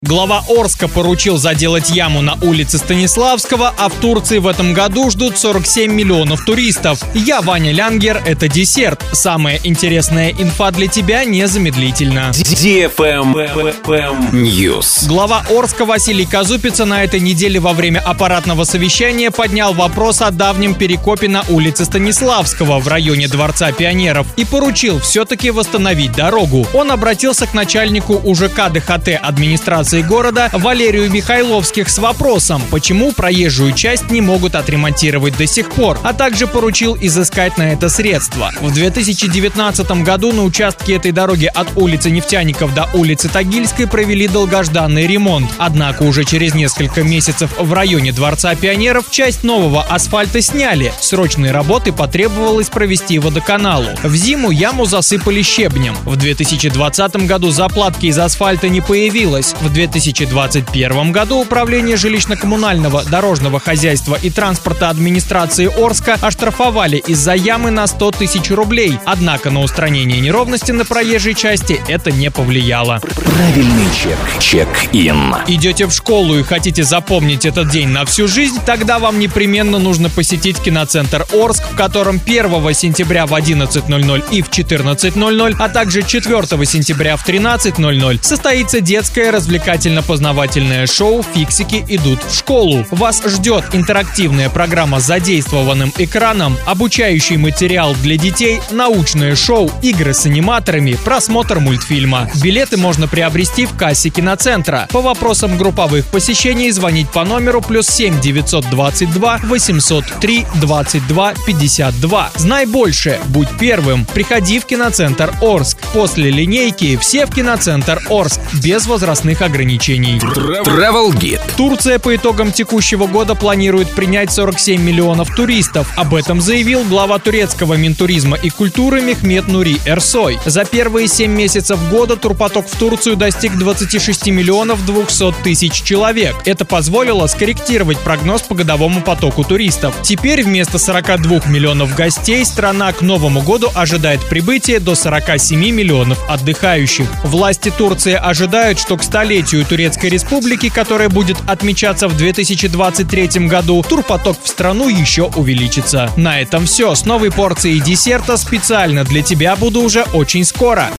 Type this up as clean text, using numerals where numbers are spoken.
Глава Орска поручил заделать яму на улице Станиславского, а в Турции в этом году ждут 47 миллионов туристов. Я, Ваня Лянгер, это десерт. Самая интересная инфа для тебя незамедлительно. News. Глава Орска Василий Казупица на этой неделе во время аппаратного совещания поднял вопрос о давнем перекопе на улице Станиславского в районе Дворца пионеров и поручил все-таки восстановить дорогу. Он обратился к начальнику УЖК ДХТ администрации города Валерию Михайловских с вопросом, почему проезжую часть не могут отремонтировать до сих пор, а также поручил изыскать на это средства. В 2019 году на участке этой дороги от улицы Нефтяников до улицы Тагильской провели долгожданный ремонт. Однако уже через несколько месяцев в районе Дворца пионеров часть нового асфальта сняли. Срочные работы потребовалось провести водоканалу. В зиму яму засыпали щебнем. В 2020 году заплатки из асфальта не появилось. В 2021 году Управление жилищно-коммунального, дорожного хозяйства и транспорта администрации Орска оштрафовали из-за ямы на 100 тысяч рублей. Однако на устранение неровности на проезжей части это не повлияло. Правильный чек. Чек-ин. Идете в школу и хотите запомнить этот день на всю жизнь? Тогда вам непременно нужно посетить киноцентр Орск, в котором 1 сентября в 11:00 и в 14:00, а также 4 сентября в 13:00 состоится детское развлекательно-познавательное шоу «Фиксики идут в школу». Вас ждет интерактивная программа с задействованным экраном, обучающий материал для детей, научное шоу, игры с аниматорами, просмотр мультфильма. Билеты можно приобрести в кассе киноцентра. По вопросам групповых посещений звонить по номеру +7 922 803 22 52. Знай больше, будь первым. Приходи в киноцентр Орск. После линейки все в киноцентр Орск. Без возрастных ограничений. Travel Guide. Турция по итогам текущего года планирует принять 47 миллионов туристов. Об этом заявил глава турецкого Минтуризма и культуры Мехмет Нури Эрсой. За первые 7 месяцев года турпоток в Турцию достиг 26 миллионов 200 тысяч человек. Это позволило скорректировать прогноз по годовому потоку туристов. Теперь вместо 42 миллионов гостей страна к Новому году ожидает прибытия до 47 миллионов отдыхающих. Власти Турции ожидают, что к столетию Турецкой Республики, которая будет отмечаться в 2023 году, турпоток в страну еще увеличится. На этом все. С новой порцией десерта специально для тебя буду уже очень скоро.